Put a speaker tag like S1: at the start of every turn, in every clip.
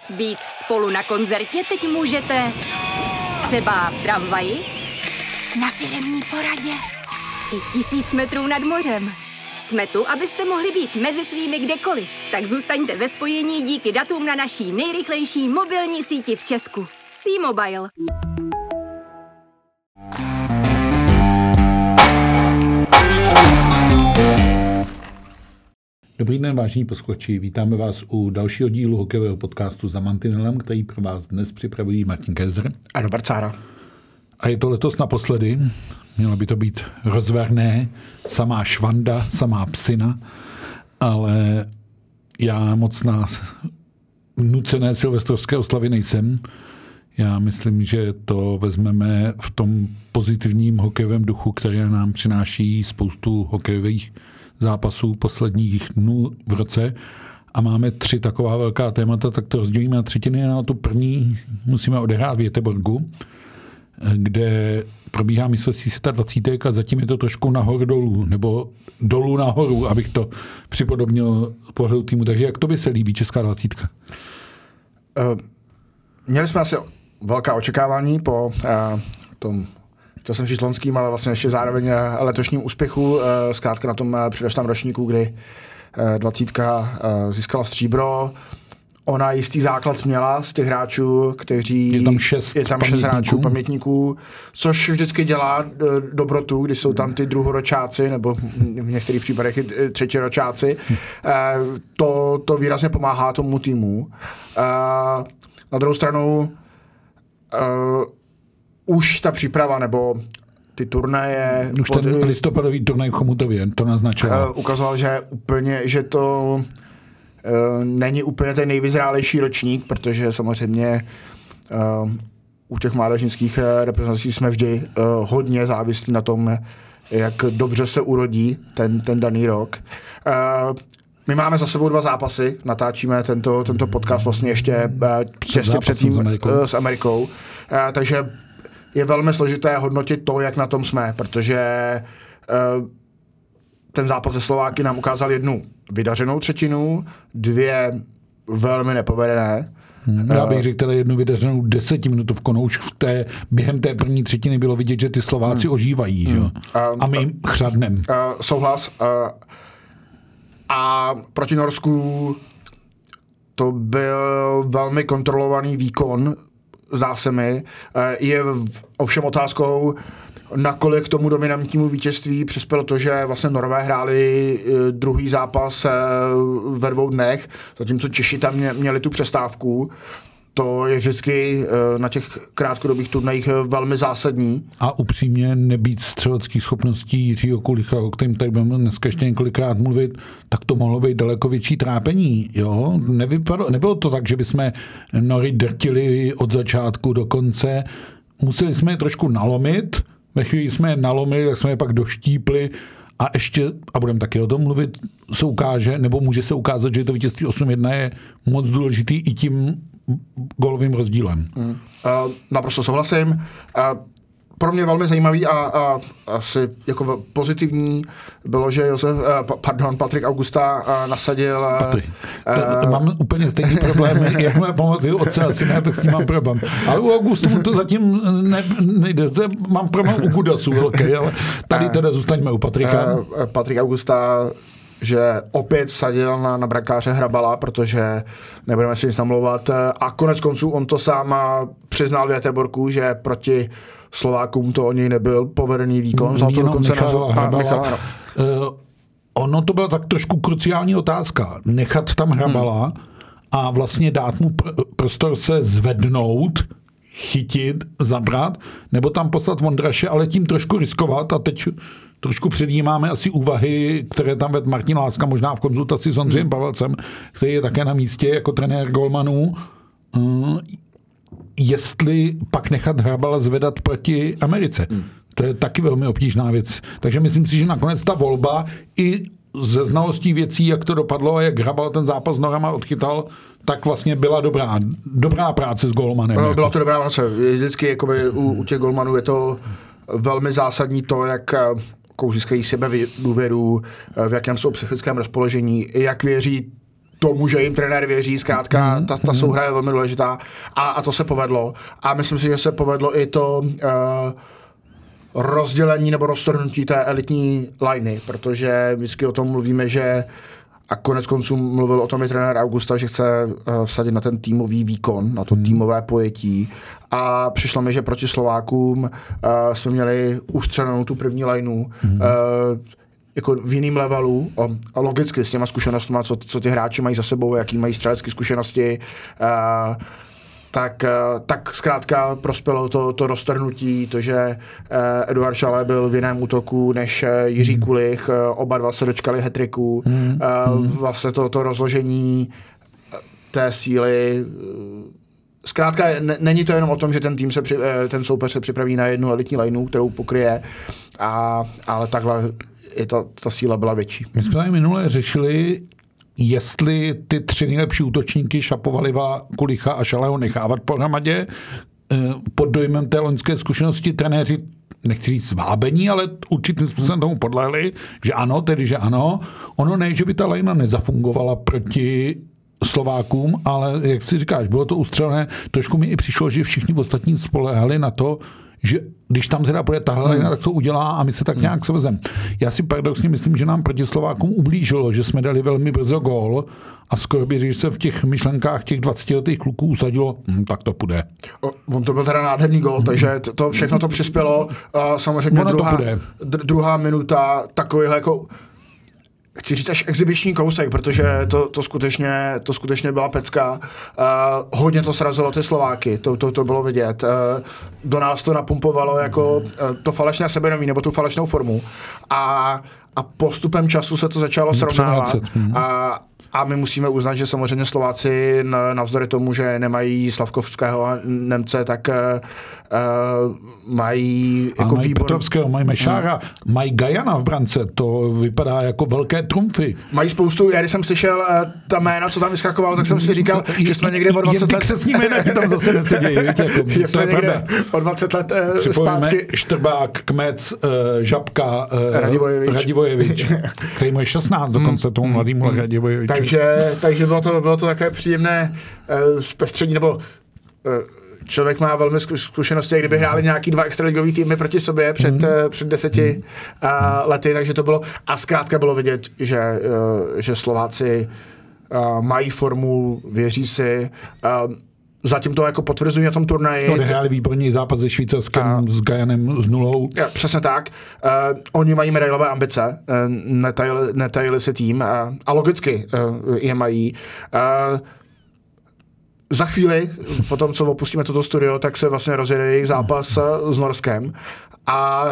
S1: Být spolu na koncertě teď můžete třeba v tramvaji, na firemní poradě i 1000 metrů nad mořem. Jsme tu, abyste mohli být mezi svými kdekoliv. Tak zůstaňte ve spojení díky datům na naší nejrychlejší mobilní síti v Česku. T-Mobile.
S2: Dobrý den, vážení posluchači, vítáme vás u dalšího dílu hokejového podcastu Za mantinelem, který pro vás dnes připravují Martin Kézer
S3: a Robert Cára.
S2: A je to letos naposledy, mělo by to být rozverné, samá švanda, samá psina, ale já moc na nucené silvestrovské oslavy nejsem. Já myslím, že to vezmeme v tom pozitivním hokejovém duchu, který nám přináší spoustu hokejových zápasů posledních dnů v roce a máme 3 taková velká témata, tak to rozdělíme na třetiny. Na tu první musíme odehrát v Göteborgu, kde probíhá mistrovství světa 20 a zatím je to trošku nahoru dolů, nebo dolů nahoru, abych to připodobnil pohledu týmu. Takže jak to by se líbí Česká 20?
S3: Měli jsme asi velká očekávání po tom, chtěl jsem říct loňským, ale vlastně ještě zároveň letošním úspěchu, zkrátka na tom předešlém ročníku, kdy 20 získala stříbro. Ona jistý základ měla z těch hráčů, kteří...
S2: Je tam 6
S3: hráčů, pamětníků, což vždycky dělá dobrotu, když jsou tam ty druhoročáci, nebo v některých případech i třetiročáci. To výrazně pomáhá tomu týmu. Na druhou stranu už ta příprava, nebo ty turnaje...
S2: Už ten listopadový turnaj v Chomutově, to naznačoval.
S3: Ukazoval, že to není úplně ten nejvyzrálejší ročník, protože samozřejmě u těch mládežnických reprezentací jsme vždy hodně závislí na tom, jak dobře se urodí ten daný rok. My máme za sebou 2 zápasy, natáčíme tento podcast vlastně ještě před tím s Amerikou, takže je velmi složité hodnotit to, jak na tom jsme, protože ten zápas se Slováky nám ukázal 1 vydařenou třetinu, 2 velmi nepovedené.
S2: Já bych řekl teda 1 vydařenou 10minutovku, už během té první třetiny bylo vidět, že ty Slováci ožívají, že? A my jim chřadnem.
S3: Souhlas. A proti Norsku to byl velmi kontrolovaný výkon, zdá se mi. Je ovšem otázkou, nakolik k tomu dominantnímu vítězství přispělo to, že vlastně Norové hráli druhý zápas ve 2 dnech, zatímco Češi tam měli tu přestávku. To je vždycky na těch krátkodobých turnajích velmi zásadní. A
S2: upřímně nebýt střeleckých schopností Jiřího Kulicha, o kterém tady budeme dneska ještě několikrát mluvit, tak to mohlo být daleko větší trápení. Jo? Nebylo to tak, že bychom Nory drtili od začátku do konce. Museli jsme je trošku nalomit. Ve chvíli jsme je nalomili, tak jsme je pak doštípli a ještě, a budeme taky o tom mluvit, se ukáže, nebo může se ukázat, že to vítězství 8-1 je moc důležitý i tím gólovým rozdílem.
S3: Naprosto souhlasím. Pro mě velmi zajímavý a asi jako pozitivní bylo, že Patrik Augusta nasadil...
S2: Mám úplně stejný problém, jakmile pamatuju otce a syna, tak s tím mám problém. Ale u Augustu to zatím nejde. Mám problém u Kudasu velký, ale tady teda zůstaňme u Patrika.
S3: Patrik Augusta, že opět sadil na brankáře Hrabala, protože nebudeme si nic namlouvat. A konec konců on to sám přiznal v Göteborgu, že proti Slovákům to o něj nebyl povedený výkon. Za to dokonce
S2: Michala. Ono to byla tak trošku kruciální otázka. Nechat tam Hrabala a vlastně dát mu prostor se zvednout, chytit, zabrat, nebo tam poslat Vondraše, ale tím trošku riskovat a teď trošku předjímáme asi úvahy, které tam vedl Martin Láska, možná v konzultaci s Ondřejem Pavelcem, který je také na místě jako trenér golmanů. Jestli pak nechat Hrabala zvedat proti Americe. To je taky velmi obtížná věc. Takže myslím si, že nakonec ta volba i ze znalostí věcí, jak to dopadlo a jak Hrabal ten zápas s Norama odchytal, tak vlastně byla dobrá práce s golmanem.
S3: Byla to dobrá práce. Vždycky jakoby, u těch golmanů je to velmi zásadní to, jak získají sebe důvěru, v jakém jsou psychickém rozpoložení, jak věří tomu, že jim trenér věří, zkrátka ta souhra je velmi důležitá a to se povedlo. A myslím si, že se povedlo i to rozdělení nebo roztrhnutí té elitní liney, protože vždycky o tom mluvíme, že a konec konců mluvil o tom i trenér Augusta, že chce vsadit na ten týmový výkon, na to týmové pojetí. A přišlo mi, že proti Slovákům jsme měli ustřelenou tu první lineu jako v jiným levelu. A logicky s těma zkušenostmi, co ty hráči mají za sebou, jaký mají střelecké zkušenosti, tak zkrátka prospělo to roztrhnutí, to, že Eduard Šalé byl v jiném útoku než Jiří Kulich, oba dva se dočkali hat-tricku, vlastně to rozložení té síly. Zkrátka není to jenom o tom, že ten soupeř se připraví na jednu elitní lineu, kterou pokryje, ale takhle ta síla byla větší.
S2: My jsme tady minule řešili, jestli ty 3 nejlepší útočníky Šapovaliva, Kulicha a Šaleho nechávat pohromadě. Pod dojmem té loňské zkušenosti trenéři, nechci říct vábení, ale určitým způsobem tomu podlehli, že ano, tedy že ano. Ono ne, že by ta lajna nezafungovala proti Slovákům, ale jak si říkáš, bylo to ustřelené. Trošku mi i přišlo, že všichni ostatní spoléhali na to, že když tam teda bude tahle lajna, tak to udělá a my se tak nějak svezem. Já si paradoxně myslím, že nám proti Slovákům ublížilo, že jsme dali velmi brzo gól a skoro by se v těch myšlenkách těch 20letých kluků usadilo, tak to půjde.
S3: On to byl teda nádherný gól, takže to všechno to přispělo. Samozřejmě druhá minuta takovýhle jako chci říct až exibiční kousek, protože to skutečně byla pecka. Hodně to srazilo ty Slováky, to bylo vidět. Do nás to napumpovalo jako to falešné sebevědomí nebo tu falešnou formu. A postupem času se to začalo srovnávat. A my musíme uznat, že samozřejmě Slováci navzdory tomu, že nemají Slavkovského a Nemce, tak mají jako
S2: výborný... Petrovského, mají Mešára, mají Gajana v brance, to vypadá jako velké trumfy.
S3: Mají spoustu, já když jsem slyšel ta jména, co tam vyskakovalo, tak jsem si říkal, že jsme někde o 20 let...
S2: se s nimi jména, tam zase nesedějí, víte, jako,
S3: že jsme někde o 20 let zpátky.
S2: Štrbák, Kmec, Žabka, Radivojevič, který mu je 16 dokonce, tomu mladýmu Radivojeviču.
S3: Takže bylo to takové příjemné zpestření, nebo člověk má velmi zkušenosti, kdyby hráli nějaký 2 extraligový týmy proti sobě před 10 lety, takže to bylo, a zkrátka bylo vidět, že Slováci mají formu, věří si, zatím to jako potvrzují na tom turnaji.
S2: Odehráli výborný zápas se Švýcarskem s Gajanem s 0.
S3: Přesně tak. Oni mají medailové ambice, netajili si tým a logicky je mají. Za chvíli, po tom, co opustíme toto studio, tak se vlastně rozjede jejich zápas s Norskem. A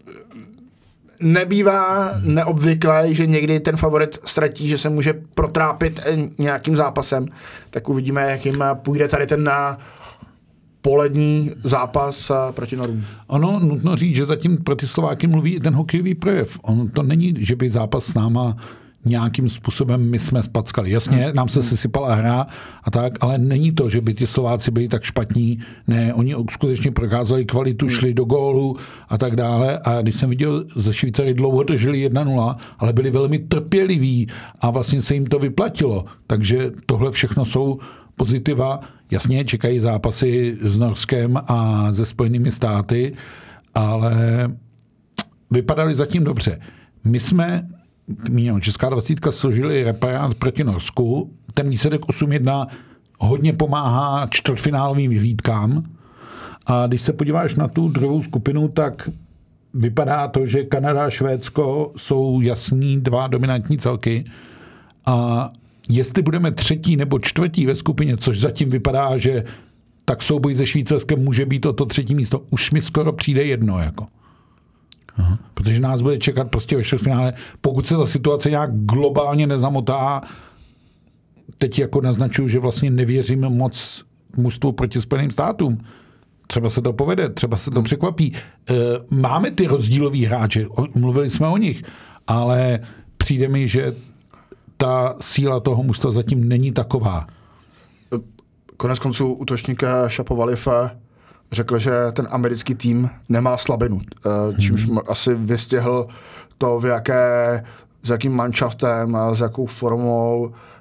S3: nebývá neobvyklé, že někdy ten favorit ztratí, že se může protrápit nějakým zápasem. Tak uvidíme, jak jim půjde tady ten polední zápas proti Norům.
S2: Ono nutno říct, že zatím proti Slováky mluví i ten hokejový projev. On to není, že by zápas s náma nějakým způsobem my jsme spackali. Jasně, nám se sesypala hra a tak, ale není to, že by ti Slováci byli tak špatní. Ne, oni skutečně prokázali kvalitu, šli do gólu a tak dále. A když jsem viděl, ze Švýcary dlouho drželi 1-0, ale byli velmi trpěliví a vlastně se jim to vyplatilo. Takže tohle všechno jsou pozitiva. Jasně, čekají zápasy s Norskem a se Spojenými státy, ale vypadali zatím dobře. My jsme Česká 20 složili reparát proti Norsku. Ten výsledek 8-1 hodně pomáhá čtvrtfinálovým vyhlídkám. A když se podíváš na tu druhou skupinu, tak vypadá to, že Kanada a Švédsko jsou jasný 2 dominantní celky. A jestli budeme 3. nebo 4. ve skupině, což zatím vypadá, že tak souboj se Švýcarskem může být o to 3. místo, už mi skoro přijde jedno. Jako. Aha. Protože nás bude čekat prostě ve čtvrtfinále, pokud se ta situace nějak globálně nezamotá. Teď jako naznačuju, že vlastně nevěřím moc mužstvu proti Spojeným státům. Třeba se to povede, třeba se to překvapí. Máme ty rozdílový hráče, mluvili jsme o nich, ale přijde mi, že ta síla toho mužstva zatím není taková.
S3: Konec konců útočník Šapovaliv řekl, že ten americký tým nemá slabinu, čímž asi vystihl to, s jakým manšaftem a s jakou formou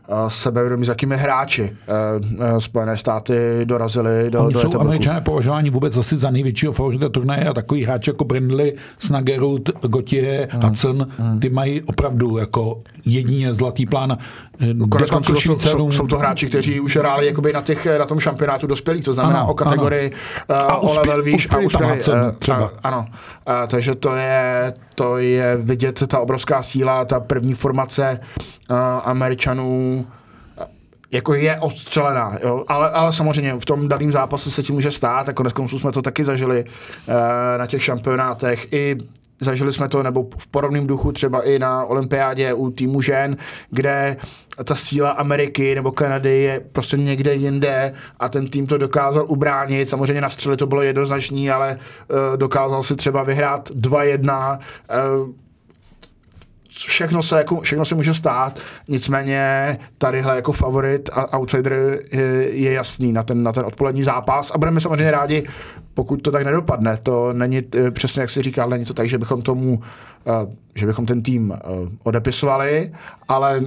S3: sebevědomí, s jakými hráči Spojené státy dorazili do
S2: Oni jsou
S3: toho
S2: Američané považováni vůbec asi za největšího favorita turnaje a takový hráči jako Brindley, Snagerud, Gauthier, Hudson, ty mají opravdu jako jedině zlatý plán.
S3: Jsou to hráči, kteří už hráli jakoby na tom šampionátu dospělých, to znamená o kategorii o level výš a uspěli třeba. Ano, takže to je vidět ta obrovská síla, ta první formace Američanů jako je odstřelená, jo? Ale samozřejmě v tom daném zápase se tím může stát a koneckonců jsme to taky zažili na těch šampionátech i zažili jsme to, nebo v podobném duchu třeba i na olympiádě u týmu žen, kde ta síla Ameriky nebo Kanady je prostě někde jinde a ten tým to dokázal ubránit. Samozřejmě na střely to bylo jednoznačný, ale dokázal si třeba vyhrát 2-1. Všechno se může stát, nicméně tadyhle jako favorit a outsider je jasný na ten odpolední zápas a budeme samozřejmě rádi, pokud to tak nedopadne. To není přesně, jak jsi říkal, není to tak, že bychom ten tým odepisovali, ale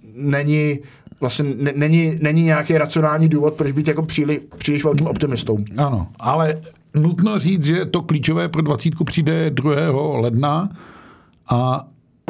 S3: není nějaký racionální důvod, proč být jako příliš velkým optimistou.
S2: Ano, ale nutno říct, že to klíčové pro 20 přijde 2. ledna a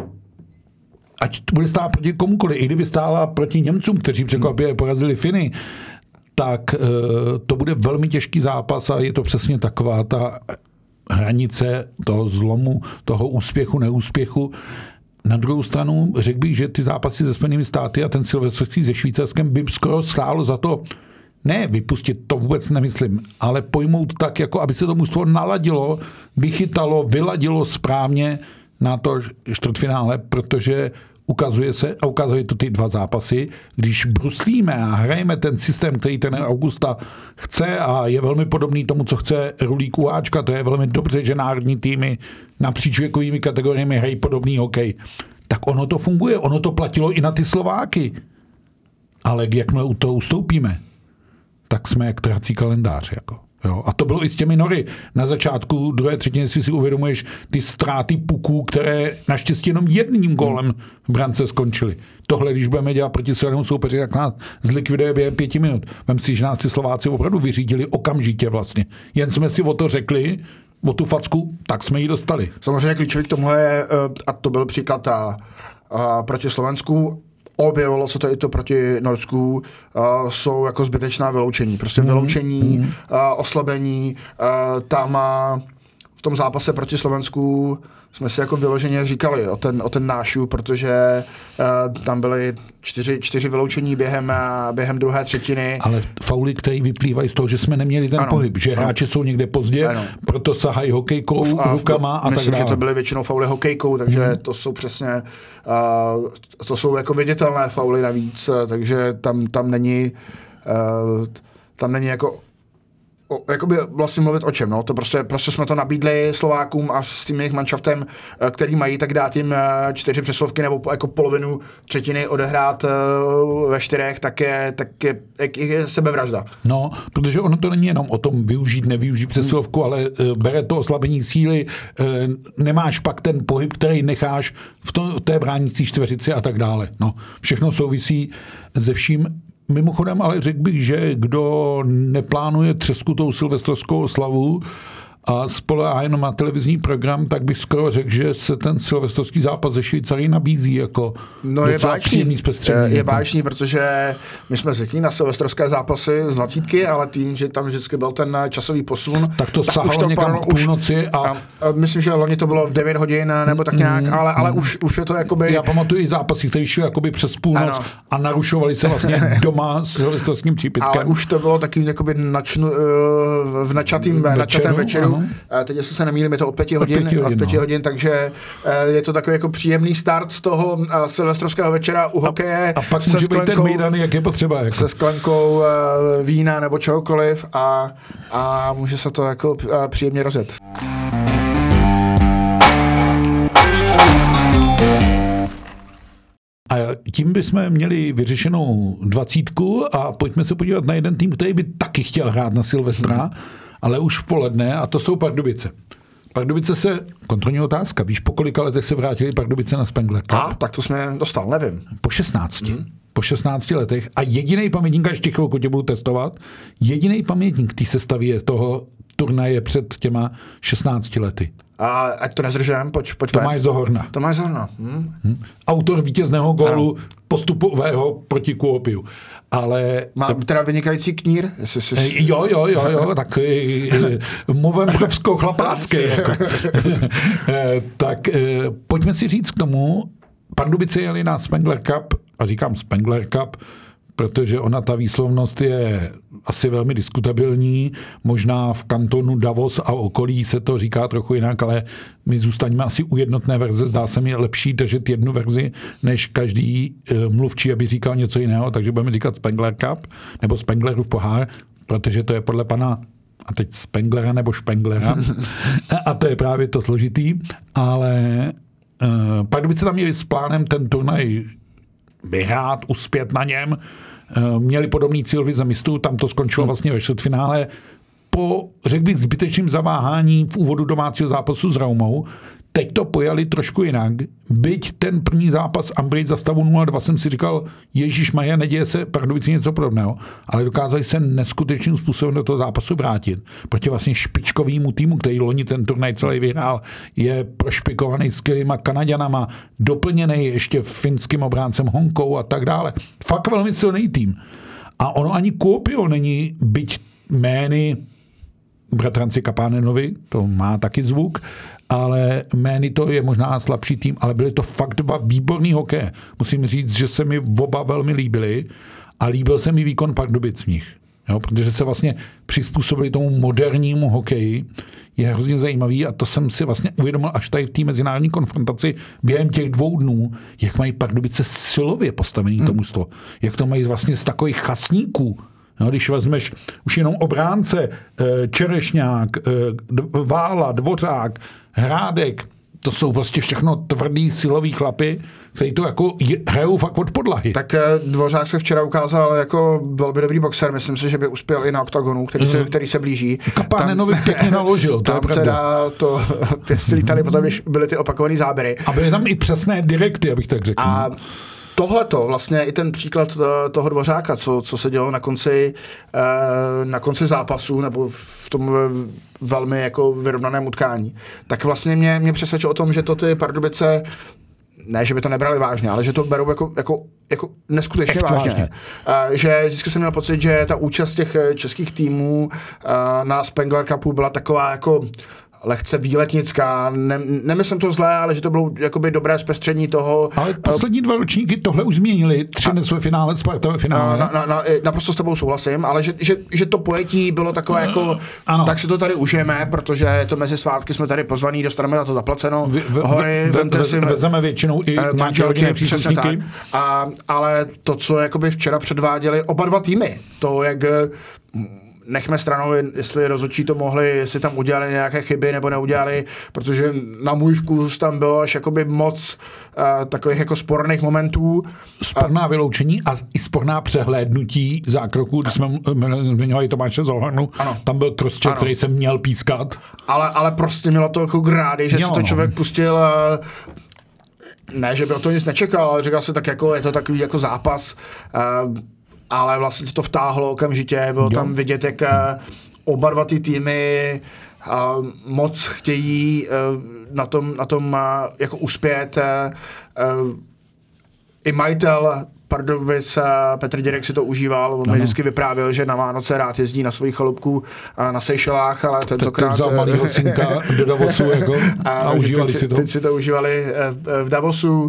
S2: ať to bude stát proti komukoliv, i kdyby stála proti Němcům, kteří překvapivě porazili Finy, tak to bude velmi těžký zápas a je to přesně taková ta hranice toho zlomu, toho úspěchu, neúspěchu. Na druhou stranu řekl bych, že ty zápasy se Spojenými státy a ten silvestrský se Švýcarskem by skoro stálo za to, ne vypustit, to vůbec nemyslím, ale pojmout tak, jako aby se to mužstvo naladilo, vychytalo, vyladilo správně na to čtvrtfinále, protože ukazuje to ty 2 zápasy, když bruslíme a hrajeme ten systém, který ten Augusta chce a je velmi podobný tomu, co chce Rulík u Ačka, to je velmi dobře, že národní týmy napříč věkovými kategoriemi hrají podobný hokej. Tak ono to funguje, ono to platilo i na ty Slováky. Ale jakmile u toho ustoupíme, tak jsme jak trhací kalendář, jako. Jo, a to bylo i s těmi Nory. Na začátku druhé třetiny si uvědomuješ ty ztráty puků, které naštěstí jenom jedním gólem v brance skončily. Tohle, když budeme dělat proti svému soupeři, tak nás zlikviduje během 5 minut. Vem si, že nás ty Slováci opravdu vyřídili okamžitě vlastně. Jen jsme si o to řekli, o tu facku, tak jsme ji dostali.
S3: Samozřejmě klíčový k tomu je, a to byl příklad proti Slovensku, objevilo se to i to proti Norsku, jsou jako zbytečná vyloučení. Prostě vyloučení, oslabení. Tam v tom zápase proti Slovensku jsme si jako vyloženě říkali o ten nášu, protože tam byly 4 vyloučení během druhé třetiny.
S2: Ale fauly, které vyplývají z toho, že jsme neměli ten pohyb, že hráči jsou někde pozdě, proto sahají hokejkou rukama a tak dále.
S3: Myslím, že to byly většinou fauly hokejkou, takže to jsou přesně, to jsou jako viditelné fauly navíc, takže tam není jako jakoby vlastně mluvit o čem, no, to prostě jsme to nabídli Slovákům a s tím jejich manšaftem, který mají, tak dát jim 4 přesilovky nebo jako polovinu třetiny odehrát ve 4, tak je sebevražda.
S2: No, protože ono to není jenom o tom využít, nevyužít přesilovku, ale bere to oslabení síly, nemáš pak ten pohyb, který necháš v té bránící čtveřici a tak dále. No, všechno souvisí se vším. Mimochodem, ale řekl bych, že kdo neplánuje třeskutou silvestrovskou oslavu a spoléhá jenom na televizní program, tak bych skoro řekl, že se ten silvestrovský zápas ze Švýcarii nabízí jako docela příjemný zpestření.
S3: Je báječný, protože my jsme zvyklí na silvestrovské zápasy z 20, ale tím, že tam vždycky byl ten časový posun.
S2: Tak to sahalo někam k půlnoci a
S3: myslím, že loni to bylo v 9 hodin nebo tak nějak, ale už je to jakoby...
S2: Já pamatuju i zápasy, které šly jakoby přes půlnoc a narušovali se vlastně doma s silvestrovským přípitkem.
S3: Ale už to bylo takovým jakoby v načatém večeru. Teď, jestli se nemýlím, je to od 5 hodin, takže je to takový jako příjemný start z toho silvestrovského večera u hokeje.
S2: A pak může být ten mejdan, jak je potřeba. Jako.
S3: Se sklenkou vína nebo čehokoliv a může se to jako příjemně rozjet.
S2: A tím bychom měli vyřešenou 20 a pojďme se podívat na jeden tým, který by taky chtěl hrát na Silvestra, ale už v poledne, a to jsou Pardubice. Pardubice kontrolní otázka, víš, po kolika letech se vrátili Pardubice na Spengler Cup?
S3: Tak to jsme dostal, nevím.
S2: Po 16. po 16 letech a jediný pamětník, až těch chvilku tě budu testovat, jediný pamětník té sestavy je toho turnaje před těma 16 lety.
S3: A ať to nezdržujeme, pojď
S2: Tomáš Zohorna.
S3: Tomáš Zohorna.
S2: Autor vítězného gólu postupového proti Kuopiu. Ale...
S3: Má teda vynikající knír?
S2: Jo, tak Movembrovsko-chlapácký. Jako. Tak pojďme si říct k tomu, Pardubice jeli na Spengler Cup, a říkám Spengler Cup, protože ona, ta výslovnost je asi velmi diskutabilní. Možná v kantonu Davos a okolí se to říká trochu jinak, ale my zůstaneme asi u jednotné verze. Zdá se mi lepší držet jednu verzi, než každý mluvčí, aby říkal něco jiného. Takže budeme říkat Spengler Cup nebo Spenglerův pohár, protože to je podle pana a teď Spenglera nebo Špenglera. A to je právě to složitý. Ale Pardubice tam měli s plánem ten turnaj vyhrát, uspět na něm. Měli podobný cíl Lize mistrů, tam to skončilo vlastně ve čtvrtfinále. Po, řekl bych, zbytečným zaváhání v úvodu domácího zápasu s Raumou, teď to pojali trošku jinak. Byť ten první zápas Ambridge za stavu 0-2 jsem si říkal, ježišmarja, neděje se Pardubici něco podobného, ale dokázali se neskutečným způsobem do toho zápasu vrátit. Proti vlastně špičkovýmu týmu, který loni ten turnaj celý vyhrál, je prošpikovaný skvělýma Kanaďanama, doplněný ještě finským obráncem Honkou a tak dále. Fakt velmi silný tým. A ono ani Kuopio není, byť jmény bratranci Kapánenovi, to má taky zvuk, ale Mény to je možná slabší tým, ale byly to fakt dva výborný hokeje. Musím říct, že se mi oba velmi líbily a líbil se mi výkon Pardubic v nich. Jo, protože se vlastně přizpůsobili tomu modernímu hokeji. Je hrozně zajímavý a to jsem si vlastně uvědomil až tady v té mezinárodní konfrontaci během těch 2 dnů, jak mají Pardubice silově postavený to mužstvo. Jak to mají vlastně z takových chasníků. No, když vezmeš už jenom obránce, Čerešňák, Vála, Dvořák, Hrádek, to jsou prostě všechno tvrdý silový chlapy, kteří to jako hrajou fakt od podlahy.
S3: Tak Dvořák se včera ukázal jako velmi dobrý boxer, myslím si, že by uspěl i na oktagonu, který se blíží.
S2: Kapánenovi pěkně naložil, to je pravda.
S3: Teda to pěstí lítali potom, když byly ty opakované záběry.
S2: A byly tam i přesné direkty, abych tak řekl.
S3: A tohleto, vlastně i ten příklad toho Dvořáka, co se dělo na konci zápasu, nebo v tom velmi jako vyrovnaném utkání, tak vlastně mě přesvědčilo o tom, že to ty Pardubice, ne, že by to nebrali vážně, ale že to berou jako neskutečně vážně. Že vždycky jsem měl pocit, že ta účast těch českých týmů na Spengler Cupu byla taková jako lehce výletnická. Nemyslím to zlé, ale že to bylo jakoby dobré zpestření toho.
S2: Ale poslední 2 ročníky tohle už změnili. 3 ve finále, Sparta ve finále.
S3: Naprosto s tebou souhlasím, ale že to pojetí bylo takové jako, tak si to tady užijeme, protože je to mezi svátky, jsme tady pozvaní, dostaneme na to zaplaceno.
S2: Vezeme většinou i nějaké rodinné příslušníky.
S3: Ale to, co jakoby včera předváděli oba 2 týmy, to jak nechme stranou, jestli rozhodčí to mohli, jestli tam udělali nějaké chyby nebo neudělali, protože na můj vkus tam bylo až jakoby moc takových jako sporných momentů.
S2: Sporná vyloučení a i sporná přehlédnutí zákroků, když jsme zmiňovali Tomáše Zohornu, tam byl crosscheck, který se měl pískat. Ale prostě mělo to jako grády, že si to člověk pustil ne, že by o to nic nečekal, ale říkal se tak jako, je to takový jako zápas, ale vlastně to vtáhlo okamžitě, bylo tam vidět, jak oba 2 ty týmy moc chtějí na tom jako uspět. I majitel Pardubic Petr Dědek si to užíval, on mi vždycky vyprávěl, že na Vánoce rád jezdí na svých chalupku na Seychelách, ale tentokrát vzal malýho synka do Davosu jako, a užívali si to.
S3: Teď si to užívali v Davosu.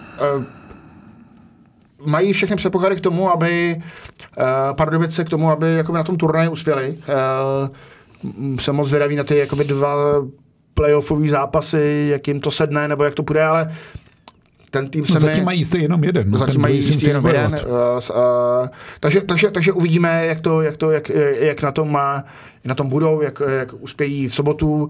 S3: Mají všechny předpoklady k tomu, aby Pardubice k tomu, aby jakoby na tom turnaji uspěli. Jsem moc zvědavý na ty jakoby 2 playoffové zápasy, jak jim to sedne, nebo jak to půjde, ale ten tým se
S2: zatím mají jistý jenom jeden.
S3: Zatím mají jistý jenom jeden. Takže uvidíme, jak na tom budou, jak uspějí v sobotu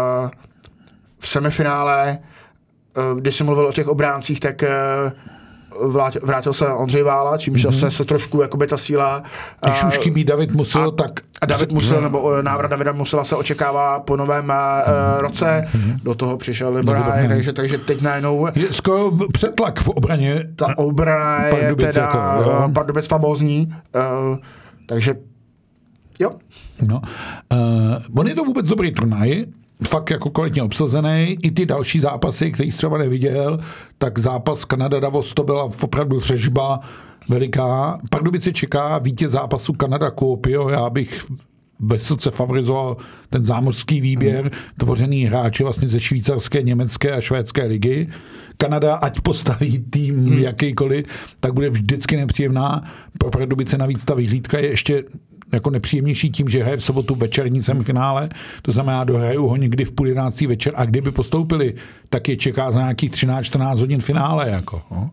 S3: v semifinále. Když jsem mluvil o těch obráncích, tak vrátil se Ondřej Vála, čímž zase se trošku jakoby ta síla...
S2: Když už chybí David Musil, tak...
S3: A David Musil, nebo návrat Davida Musila se očekává po novém roce, do toho přišel Libor Hájek, takže teď najednou...
S2: Je skoro přetlak v obraně.
S3: Ta obrana je teda Pardubic famózní, takže jo.
S2: No, on je to vůbec dobrý turnaj, fakt jako kvalitně obsazený, i ty další zápasy, který jsi třeba neviděl, tak zápas Kanada-Davos to byla opravdu řežba veliká. Pardubice čeká vítěz zápasu Kanada-Kuopio, já bych vysoce favorizoval ten zámořský výběr, tvořený hráči vlastně ze švýcarské, německé a švédské ligy. Kanada, ať postaví tým jakýkoliv, tak bude vždycky nepříjemná. Pro Pardubice navíc ta vyhlídka je ještě jako nepříjemnější tím, že hraje v sobotu večerní semifinále, to znamená, dohrajou ho někdy v 10:30 večer a kdyby postoupili, tak je čeká za nějakých 13-14 hodin finále. Jako, no.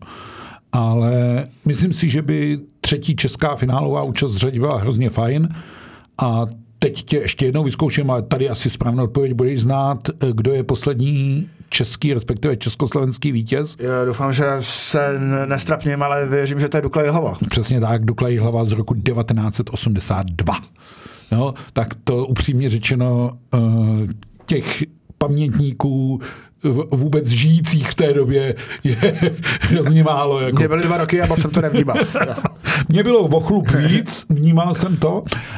S2: Ale myslím si, že by třetí česká finálová účast v řadě byla hrozně fajn a teď tě ještě jednou vyzkouším, ale tady asi správnou odpověď budeš znát, kdo je poslední český, respektive československý vítěz.
S3: Já doufám, že se nestrapním, ale věřím, že to je Dukla Jihlava.
S2: Přesně tak, Dukla Jihlava z roku 1982. Jo, tak to upřímně řečeno těch pamětníků vůbec žijících v té době je hrozně málo. Jako.
S3: Mě byly 2 roky a moc jsem to nevnímal.
S2: Mně bylo o chlup víc, vnímal jsem to,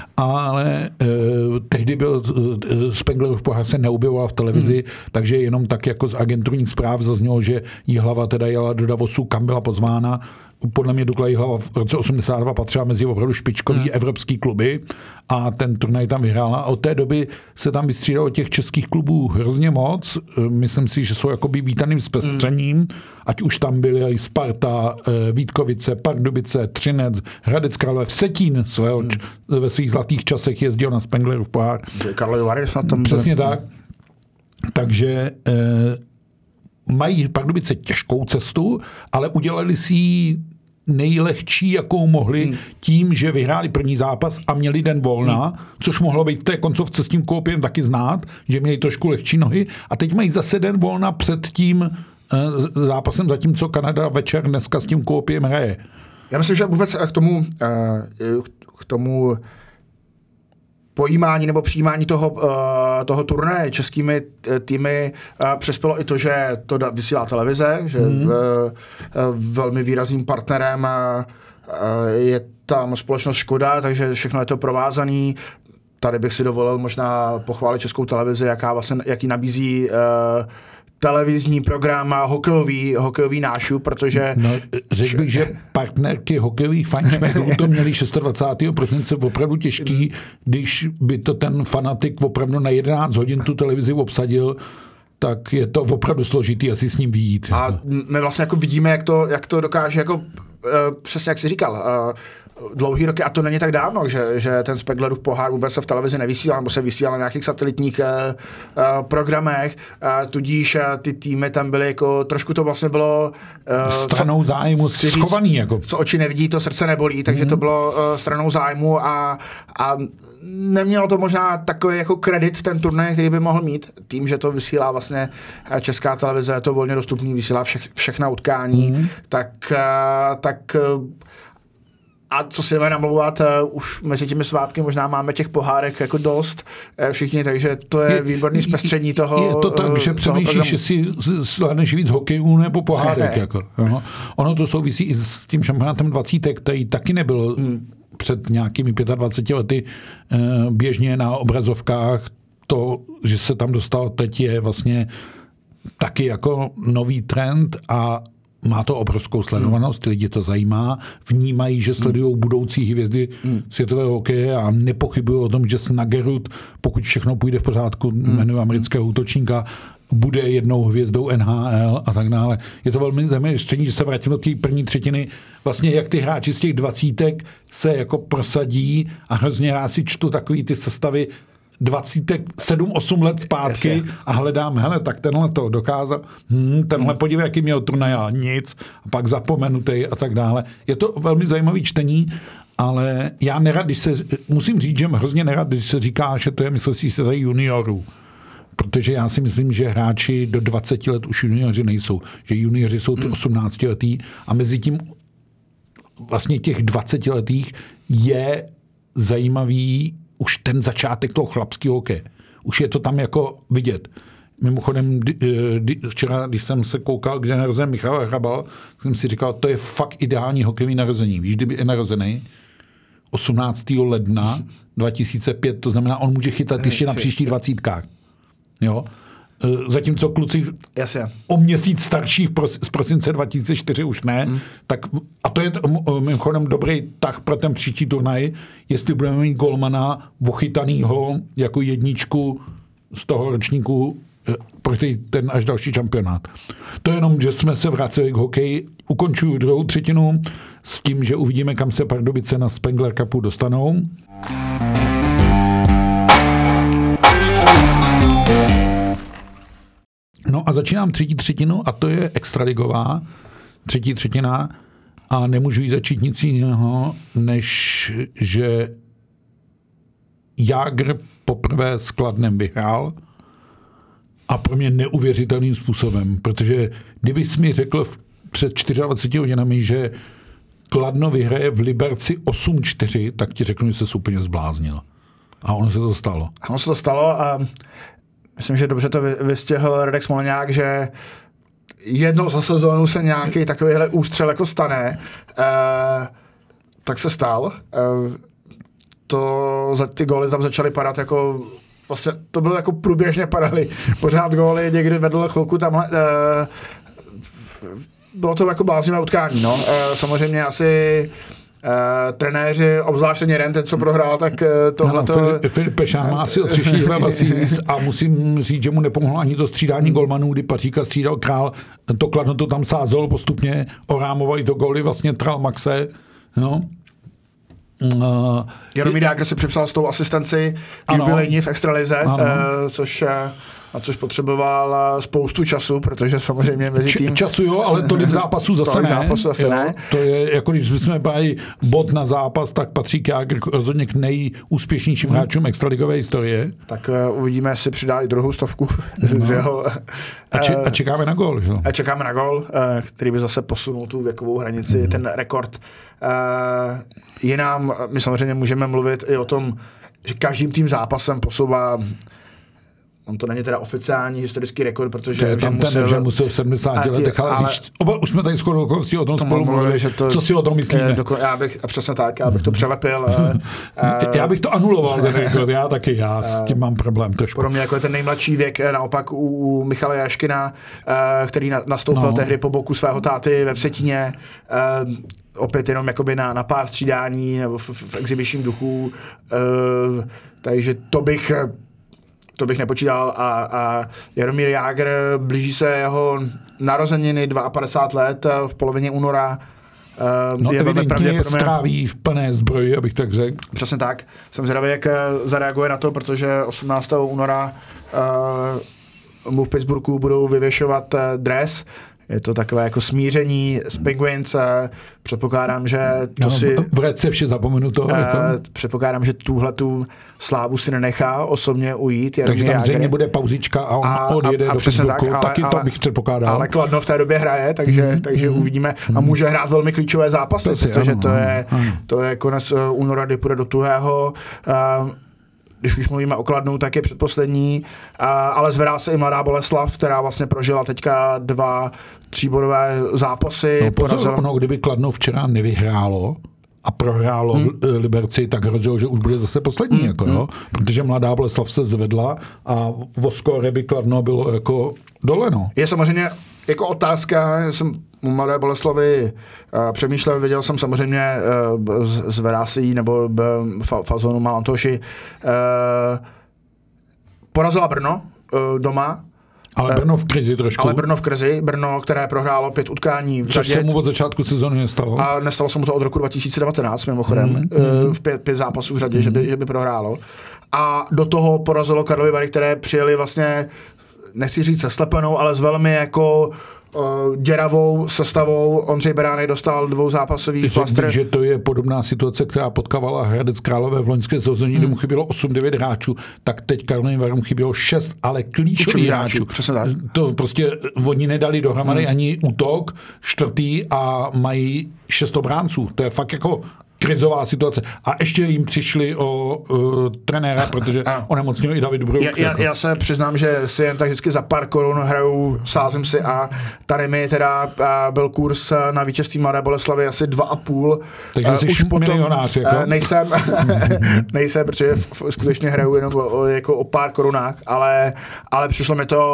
S2: ale tehdy byl Spenglerův pohár se neobjevoval v televizi, takže jenom tak jako z agenturních zpráv zaznělo, že Jihlava teda jela do Davosu, kam byla pozvána. Podle mě Dukla Jihlava v roce 82 patřila mezi opravdu špičkový evropský kluby a ten turnaj tam vyhrála. Od té doby se tam vystřídalo těch českých klubů hrozně moc. Myslím si, že jsou jakoby vítaným zpestřením, ať už tam byly i Sparta, Vítkovice, Pardubice, Třinec, Hradec Králové, Vsetín ve svých zlatých časech jezdil na Spenglerův pohár.
S3: Karlovy Vary snad tam...
S2: Přesně tak. Takže mají Pardubice těžkou cestu, ale udělali si ji nejlehčí, jakou mohli, tím, že vyhráli první zápas a měli den volna, což mohlo být v té koncovce s tím Kuopiem taky znát, že měli trošku lehčí nohy a teď mají zase den volna před tím zápasem, zatímco Kanada večer dneska s tím Kuopiem hraje.
S3: Já myslím, že vůbec k tomu pojímání nebo přijímání toho turnaje českými týmy přispělo i to, že to vysílá televize, že velmi výrazným partnerem je tam společnost Škoda, takže všechno je to provázaný. Tady bych si dovolil možná pochválit Českou televizi, jaký nabízí televizní program hokejový nášup, protože...
S2: No, řekl bych, že partnerky hokejových fanšmeků to měli 26. prosince opravdu těžký, když by to ten fanatik opravdu na 11 hodin tu televizi obsadil, tak je to opravdu složitý asi s ním vyjít.
S3: A my vlastně jako vidíme, jak to dokáže, jako přesně jak jsi říkal, dlouhý roky, a to není tak dávno, že ten Spenglerův pohár vůbec se v televizi nevysílal, nebo se vysílal na nějakých satelitních programech, tudíž ty týmy tam byly jako, trošku to vlastně bylo
S2: stranou zájmu schovaný. Jako.
S3: Co oči nevidí, to srdce nebolí, takže to bylo stranou zájmu a nemělo to možná takový jako kredit ten turnaj, který by mohl mít, tím, že to vysílá vlastně Česká televize, je to volně dostupný, vysílá všechna utkání, tak a co si jdeme namlouvat, už mezi těmi svátky možná máme těch pohárek jako dost všichni, takže to je výborný zpestření toho.
S2: Je to tak, že přemýšlíš, jestli slaneš víc hokejů nebo pohárek. Jako. Ono to souvisí i s tím šampionátem 20, který taky nebyl před nějakými 25 lety běžně na obrazovkách. To, že se tam dostal teď, je vlastně taky jako nový trend a má to obrovskou sledovanost, lidi to zajímá, vnímají, že sledují budoucí hvězdy světového hokeje a nepochybují o tom, že Snagerud, pokud všechno půjde v pořádku, jmenuje amerického útočníka, bude jednou hvězdou NHL a tak dále. Je to velmi zajímavé, že se vrátím do té první třetiny, vlastně jak ty hráči z těch 20 se jako prosadí a hrozně rád si čtu takový ty sestavy 7-8 let zpátky a hledám, hele, tak tenhle to dokázal, tenhle podívej, jaký měl turnaj, nic, a pak zapomenutej a tak dále. Je to velmi zajímavý čtení, ale já nerad, musím říct, že hrozně nerad, když se říká, že to je, myslí si tady juniorů. Protože já si myslím, že hráči do 20 let už junioři nejsou. Že junioři jsou ty 18 letý a mezi tím vlastně těch 20 letých je zajímavý už ten začátek toho chlapského hokeje. Už je to tam jako vidět. Mimochodem, včera, když jsem se koukal, kde je narozen Michal Hrabal, jsem si říkal, to je fakt ideální hokejový narození. Víš, kdyby je narozený 18. ledna 2005, to znamená, on může chytat ještě na příští 20. Jo? Zatímco kluci o měsíc starší z prosince 2004 už ne, tak a to je mimochodem dobrý tah pro ten příští turnaj, jestli budeme mít golmana vochytanýho jako jedničku z toho ročníku proti ten až další šampionát. To je jenom, že jsme se vrátili k hokeji. Ukončuju druhou třetinu s tím, že uvidíme, kam se Pardubice na Spengler Cupu dostanou. No a začínám třetí třetinu a to je extraligová třetí třetina a nemůžu jí začít nic jiného, než že Jágr poprvé s Kladnem vyhrál a pro mě neuvěřitelným způsobem, protože kdybys mi řekl před 24 hodinami, že Kladno vyhraje v Liberci 8-4, tak ti řeknu, že se úplně zbláznil. A ono se to stalo.
S3: Ono se to stalo a myslím, že dobře to vystihl Radek Smolňák, že jednou za sezónu se nějaký takovýhle ústřel jako stane, tak se stal. Ty góly tam začaly padat jako vlastně, to bylo jako průběžně padaly pořád góly, někdy vedl chvilku tamhle. Bylo to jako bláznivé utkání, no. Samozřejmě asi trenéři, obzvlášť ten jeden, ten, co prohrál, tak tohleto...
S2: No, Filip Pešán má asi o 3 hlasy víc a musím říct, že mu nepomohlo ani to střídání golmanů, kdy Paříka střídal Král, to Kladno to tam sázelo postupně, orámovali to góly, vlastně tral Maxe, no.
S3: Jaromír Jágr se připsal s tou asistenci jubilejní v extralize, což potřeboval spoustu času, protože samozřejmě mezi tím...
S2: Času jo, ale tolik zápasů zase ne. To je, jako když jsme brali bod na zápas, tak patří k Jágr rozhodně k nejúspěšnějším hráčům extraligové historie.
S3: Tak uvidíme, jestli přidá i druhou 100 z jeho...
S2: A čekáme na gól, že?
S3: A čekáme na gól, který by zase posunul tu věkovou hranici, ten rekord. My samozřejmě můžeme mluvit i o tom, že každým tím zápasem posouvá. On to není teda oficiální historický rekord, protože
S2: že musel v 70 letech, ale oba už jsme tady skoro okolností o tom spolu mluvili, co si o tom myslíme.
S3: Já bych to přelepil.
S2: Já bych to anuloval, ten rekord, já s tím mám problém trošku.
S3: Pro mě jako je ten nejmladší věk, naopak u Michala Jaškina, který nastoupil tehdy po boku svého táty ve Vsetíně, opět jenom jakoby na pár střídání nebo v exhibičním duchu, takže to bych nepočítal a Jaromír Jágr, blíží se jeho narozeniny 52 let v polovině února.
S2: Je evidentně stráví v plné zbroji, abych tak řekl.
S3: Přesně tak. Jsem zvědavý, jak zareaguje na to, protože 18. února mu v Pittsburghu budou vyvěšovat dres. Je to takové jako smíření s Penguins. Předpokládám, že to
S2: v Redce vše zapomenuto.
S3: Předpokládám, že tuhletu slávu si nenechá osobně ujít.
S2: Takže tam zřejmě bude pauzička a on odjede do Pittsburghu. Taky to bych předpokládal.
S3: Ale Kladno v té době hraje, takže uvidíme. A může hrát velmi klíčové zápasy, protože to je konec února, kdy půjde do tuhého. Když už mluvíme o Kladnu, tak je předposlední, ale zvedá se i Mladá Boleslav, která vlastně prožila teďka 2 tříbodové zápasy.
S2: Kdyby Kladno včera nevyhrálo a prohrálo Liberci, tak hrozilo, že už bude zase poslední, protože Mladá Boleslav se zvedla a Voskore by Kladno bylo jako dole.
S3: Je samozřejmě jako otázka, já jsem u Mladé Boleslavy přemýšlel, viděl jsem samozřejmě z Verásí nebo Fazonu Malantoši. Porazila Brno doma.
S2: Ale Brno v krizi trošku.
S3: Brno, které prohrálo 5 utkání v řadě.
S2: Což se mu od začátku sezóny nestalo.
S3: A nestalo se mu to od roku 2019, mimochodem. V 5 zápasů v řadě, že by prohrálo. A do toho porazilo Karlovy Vary, které přijeli vlastně, nechci říct se slepenou, ale s velmi jako děravou sestavou. Ondřej Beránek dostal 2zápasový flastr.
S2: Že to je podobná situace, která potkávala Hradec Králové v loňské sezóně, kdy mu chybělo 8-9 hráčů, tak teď Karlovým Varům chybělo 6, ale klíčových hráčů. To prostě oni nedali dohromady ani útok, čtvrtý a mají 6 obránců. To je fakt jako krizová situace. A ještě jim přišli o trenéra, protože onemocnil i David Brouk.
S3: Já se přiznám, že si jen tak vždycky za pár korun hraju, sázím si a tady mi teda byl kurz na vítězství Mladé Boleslavi asi 2,5.
S2: Takže jsi už milionář, jako?
S3: Nejsem, protože skutečně hraju jenom jako o pár korunách, ale přišlo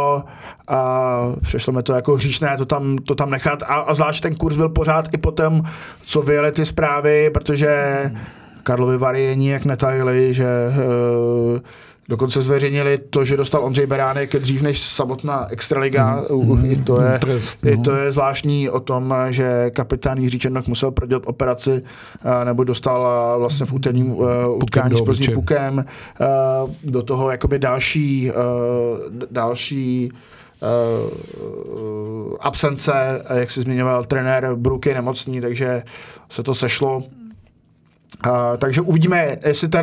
S3: mi to jako hříšné to tam nechat a zvlášť ten kurz byl pořád i potom, co vyjeli ty zprávy, protože Karlovy Vary nijak netajili, že dokonce zveřejnili to, že dostal Ondřej Beránek dřív než samotná extraliga. I to je zvláštní o tom, že kapitán Jiří Černok musel prodělat operaci, nebo dostal vlastně v úterním utkání s Plzní pukem. Do toho jakoby další absence, jak si zmiňoval trenér, Brouk je nemocný, takže se to sešlo. Takže uvidíme,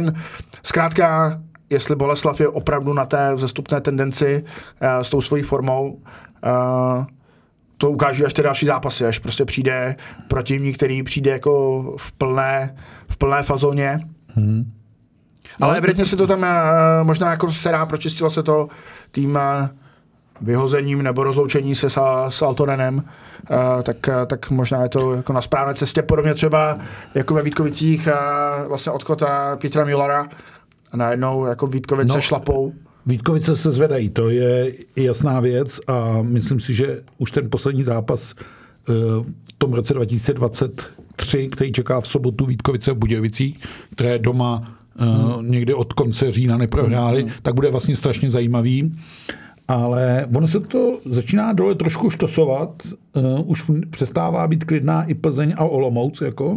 S3: jestli Boleslav je opravdu na té vzestupné tendenci s tou svojí formou. To ukáží až ty další zápasy, až prostě přijde protivník, který přijde jako v plné fazóně. Ale evidentně se to tam možná jako pročistilo se to tím vyhozením nebo rozloučení se s Altonenem, tak možná je to jako na správné cestě. Podobně třeba jako ve Vítkovicích vlastně odchod Petra Müllera a najednou jako Vítkovice šlapou.
S2: Vítkovice se zvedají, to je jasná věc a myslím si, že už ten poslední zápas v tom roce 2023, který čeká v sobotu Vítkovice v Budějovicích, které doma někde od konce října neprohráli, tak bude vlastně strašně zajímavý. Ale ono se to začíná dole trošku štosovat, už přestává být klidná i Plzeň a Olomouc, jako.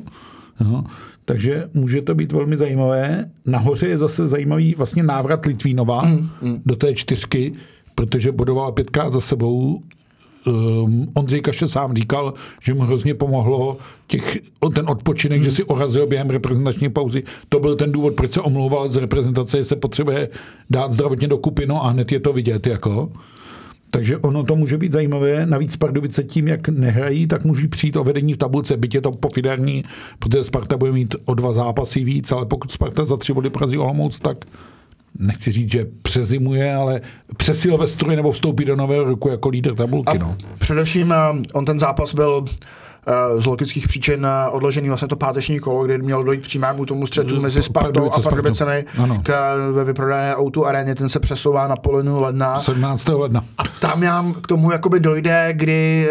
S2: Takže může to být velmi zajímavé. Nahoře je zase zajímavý vlastně návrat Litvínova do té 4, protože bodovala 5krát za sebou. Ondřej Kaše sám říkal, že mu hrozně pomohlo ten odpočinek, že si orazil během reprezentační pauzy. To byl ten důvod, proč se omlouval z reprezentace, že se potřebuje dát zdravotně dokupy, a hned je to vidět. Jako. Takže ono to může být zajímavé. Navíc Pardubice tím, jak nehrají, tak může přijít o vedení v tabulce, byť je to pofidérní, protože Sparta bude mít o 2 zápasy víc, ale pokud Sparta za 3 body porazí Olomouc, tak nechci říct, že přezimuje, ale přesilvestruje nebo vstoupí do nového roku jako lídr tabulky.
S3: Především on ten zápas byl z logických příčin odložený vlastně to páteční kolo, kdy mělo dojít přímému tomu střetu mezi Spartou a Pardubicemi ve vyprodané O2 aréně, ten se přesouvá na polovinu ledna.
S2: 17. ledna.
S3: A tam nám k tomu jakoby dojde, kdy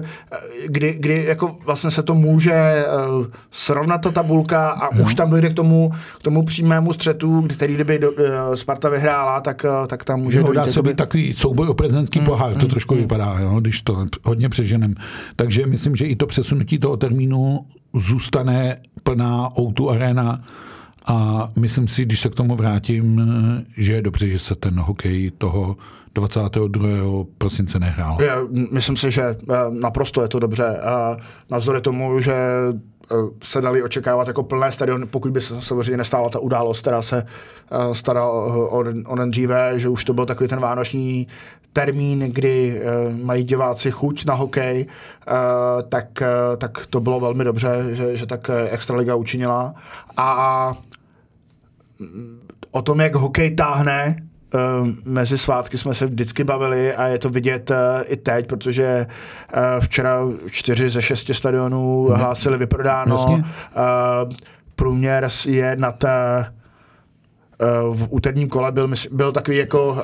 S3: jako vlastně se to může srovnat ta tabulka a už tam dojde k tomu přímému střetu, který kdyby Sparta vyhrála, tak tam může dojít.
S2: Dá se být takový souboj o prezidentský pohár, to trošku vypadá, když to hodně přeženem. Takže myslím, že i to přesunutí toho termínu zůstane plná O2 arena a myslím si, když se k tomu vrátím, že je dobře, že se ten hokej toho 22. prosince nehrál.
S3: Myslím si, že naprosto je to dobře. Navzdory tomu, že se dali očekávat jako plné stadion, pokud by se samozřejmě nestála ta událost, která se starala o den dříve, že už to byl takový ten vánoční termín, kdy mají diváci chuť na hokej, tak to bylo velmi dobře, že tak Extraliga učinila. A o tom, jak hokej táhne, mezi svátky jsme se vždycky bavili a je to vidět i teď, protože včera 4 ze 6 stadionů hlásili vyprodáno. Průměr je na té v úterním kole byl takový jako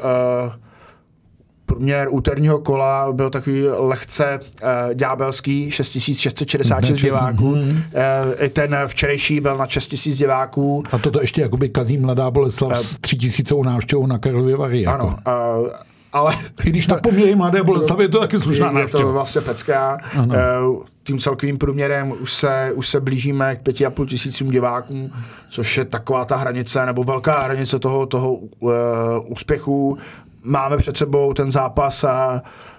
S3: průměr úterního kola byl takový lehce ďábelský, 6666 diváků. I ten včerejší byl na 6000 diváků.
S2: A toto ještě jakoby kazí Mladá Boleslav s 3000 návštěvou na Karlově Vary.
S3: Ano, ale...
S2: I když tak poměry Mladé Boleslav je to taky slušná návštěva.
S3: Je to vlastně pecká. Tím celkovým průměrem už se blížíme k 5500 diváků, což je taková ta hranice, nebo velká hranice toho úspěchu. Máme před sebou ten zápas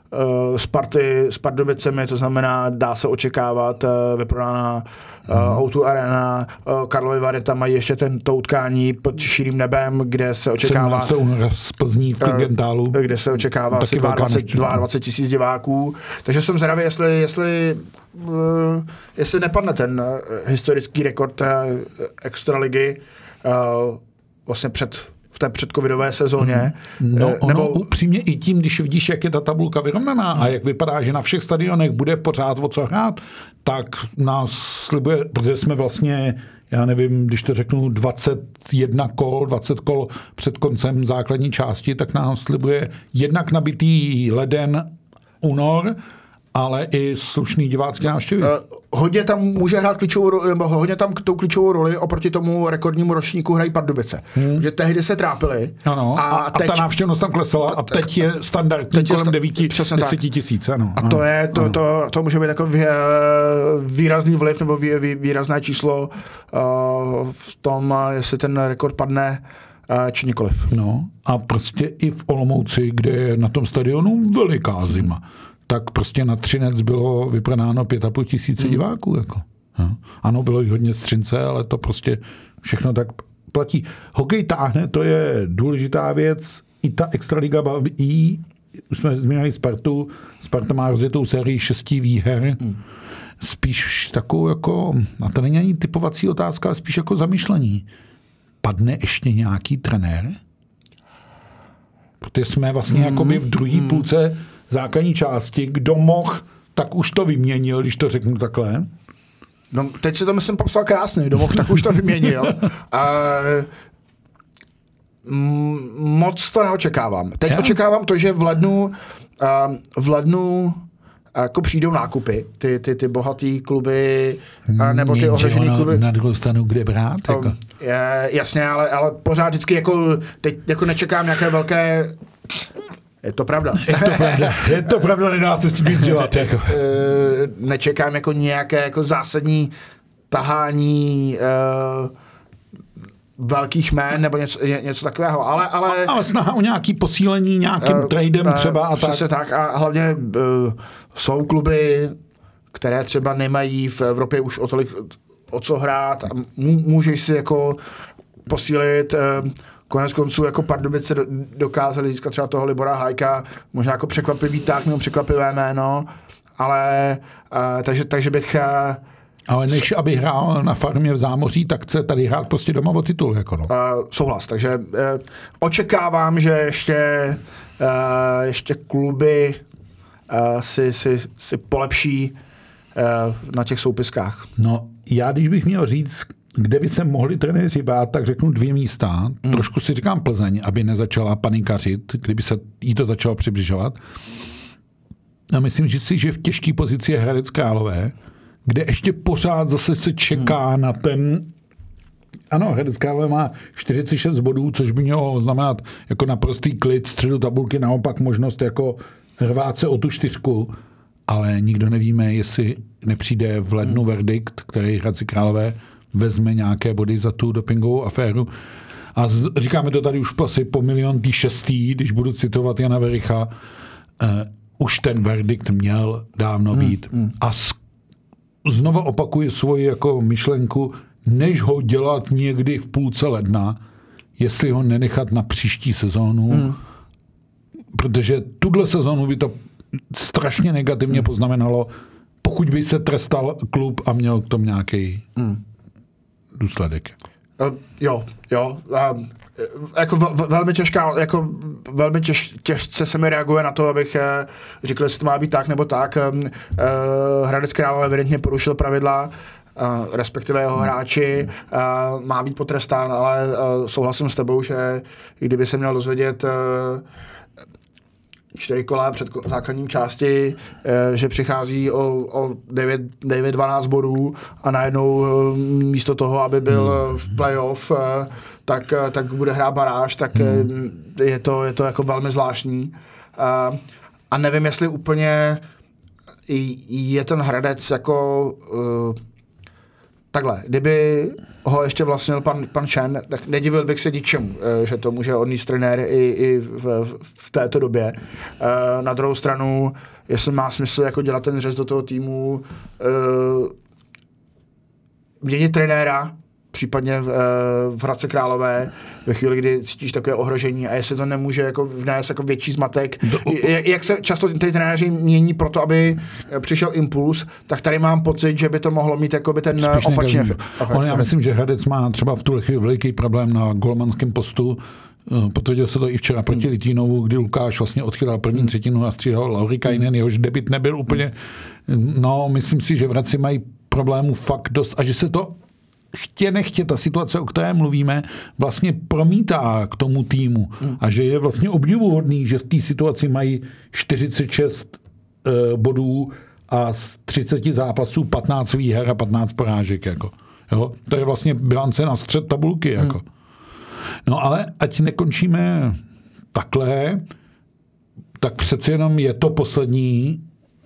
S3: Sparty s Pardubicemi, to znamená, dá se očekávat vyprodaná O2 Arena, Karlovy Vary tam mají ještě to utkání pod širým nebem, kde se očekává
S2: 17. února z Plzní v Klingentálu,
S3: kde se očekává asi 22 tisíc diváků. Takže jsem zvědavý, jestli nepadne ten historický rekord extraligy vlastně v té předcovidové sezóně.
S2: Nebo upřímně i tím, když vidíš, jak je ta tabulka vyrovnaná a jak vypadá, že na všech stadionech bude pořád o co hrát, tak nás slibuje, protože jsme vlastně, já nevím, když to řeknu 20 kol před koncem základní části, tak nás slibuje jednak nabitý leden, únor, ale i slušný divácký návštěvy.
S3: Hodně tam může hrát klíčovou roli, nebo hodně tam tou klíčovou roli oproti tomu rekordnímu ročníku hrají Pardubice. Že tehdy se trápili.
S2: Ano, a ta návštěvnost tam klesala a teď je standardní kolem 9-10 tisíc.
S3: A to může být jako výrazný vliv nebo výrazné číslo v tom, jestli ten rekord padne či nikoliv.
S2: No a prostě i v Olomouci, kde je na tom stadionu veliká zima, tak prostě na Třinec bylo vyprodáno 5,5 tisíce diváků. Jako. No. Ano, bylo jich hodně z Třince, ale to prostě všechno tak platí. Hokej táhne, to je důležitá věc. I ta extraliga baví. Už jsme zmínili Spartu. Sparta má rozjetou sérii 6 výher. Spíš takovou jako, a to není ani typovací otázka, ale spíš jako zamyšlení. Padne ještě nějaký trenér? Protože jsme vlastně jakoby v druhé půlce základní části, kdo mohl, tak už to vyměnil, když to řeknu takhle.
S3: No, teď si to myslím popsal krásně, kdo mohl, tak už to vyměnil. Moc to neočekávám. Teď očekávám to, že v lednu jako přijdou nákupy, ty bohatý kluby, nebo ty ohrožený kluby.
S2: Na druhou stranu, kde brát? Jako.
S3: Jasně, ale pořád vždycky jako, teď jako nečekám nějaké velké. Je to pravda.
S2: Je to pravda, nedá se s tím dělat. Jako.
S3: Nečekám jako nějaké jako zásadní tahání velkých jmén nebo něco takového, ale
S2: snaha o nějaký posílení nějakým tradem třeba a tak.
S3: Tak a hlavně jsou kluby, které třeba nemají v Evropě už o co hrát a můžeš si jako posílit. Konec konců jako Pardubice dokázali získat třeba toho Libora Hajka, možná jako překvapivý tak, nebo překvapivé jméno, ale takže bych...
S2: Ale než aby hrál na farmě v Zámoří, tak chce tady hrát prostě doma o titul. Jako no.
S3: Souhlas, takže očekávám, že ještě kluby si polepší na těch soupiskách.
S2: No, já když bych měl říct, kde by se mohli trenéři bát, tak řeknu 2 místa. Trošku si říkám Plzeň, aby nezačala panikařit, kdyby se jí to začalo přibližovat. A myslím si, že v těžké pozici je Hradec Králové, kde ještě pořád zase se čeká na ten... Ano, Hradec Králové má 46 bodů, což by mělo znamenat jako naprostý klid středu tabulky, naopak možnost jako rvát se o tu 4, ale nikdo nevíme, jestli nepřijde v lednu verdikt, který Hradci Králové vezme nějaké body za tu dopingovou aféru. A říkáme to tady už asi po 1,6 milionu, když budu citovat Jana Vericha, už ten verdikt měl dávno být. A znovu opakuji svoji jako myšlenku, než ho dělat někdy v půlce ledna, jestli ho nenechat na příští sezónu, protože tuhle sezónu by to strašně negativně poznamenalo, pokud by se trestal klub a měl k tomu nějaký důsledek.
S3: Jo. Jako velmi těžká, jako velmi těžce se mi reaguje na to, abych řekl, jestli to má být tak nebo tak. Hradec Králové evidentně porušil pravidla, respektive jeho hráči, má být potrestán, ale souhlasím s tebou, že kdyby se měl dozvědět 4 kola před základním části, že přichází o 9-12 bodů a najednou místo toho, aby byl v playoff, tak bude hrát baráž, tak je to jako velmi zvláštní. A nevím, jestli úplně je ten Hradec jako takhle, kdyby ho ještě vlastnil pan Chen, tak nedivil bych se ničemu, že to může odníst trenér i v této době. Na druhou stranu, jestli má smysl jako dělat ten řez do toho týmu, měnit trenéra, případně v Hradci Králové, ve chvíli, kdy cítíš takové ohrožení a jestli to nemůže jako vnést jako větší zmatek. Jak se často ty trenéři mění proto, aby přišel impuls, tak tady mám pocit, že by to mohlo mít jakoby ten opačný efekt.
S2: Já myslím, že Hradec má třeba v tuhle chvíli veliký problém na golmanském postu. Potvrdil se to i včera proti Litvínovu, kdy Lukáš vlastně odchytal první třetinu a stříhal Laurikainen, jehož debut nebyl úplně... No, myslím si, že v Hradci mají problémů fakt dost a že se to nechtě ta situace, o které mluvíme, vlastně promítá k tomu týmu. A že je vlastně obdivuhodný, že v té situaci mají 46 bodů a z 30 zápasů 15 výher a 15 porážek. Jako. Jo? To je vlastně bilance na střed tabulky. Jako. No ale ať nekončíme takhle, tak přeci jenom je to poslední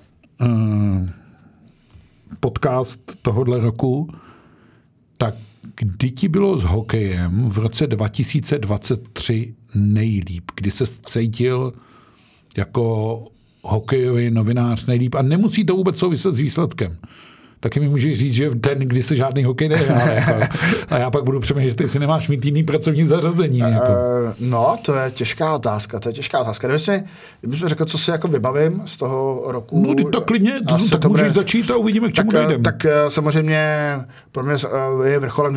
S2: podcast tohohle roku. Tak kdy ti bylo s hokejem v roce 2023 nejlíp? Kdy se cítil jako hokejový novinář nejlíp? A nemusí to vůbec souviset s výsledkem. Taky mi můžeš říct, že ten, kdy se žádný hokej nehrál. Jako. A já pak budu přemýšlet, že ty si nemáš mít jiný pracovní zařazení. Jako.
S3: No, to je těžká otázka. Kdybychom řekl, co si jako vybavím z toho roku.
S2: No, to klidně, tak můžeš začít a uvidíme, k čemu dojdeme.
S3: Tak samozřejmě pro mě je vrcholem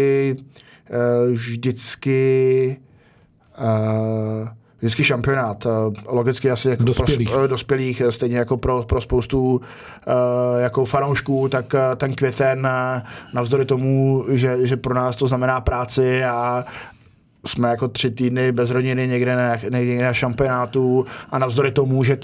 S3: vždycky šampionát. Logicky asi jako dospělých, stejně jako pro spoustu jako fanoušků, tak ten květen navzdory tomu, že pro nás to znamená práci a jsme jako 3 týdny bez rodiny někde na šampionátu a navzdory tomu, že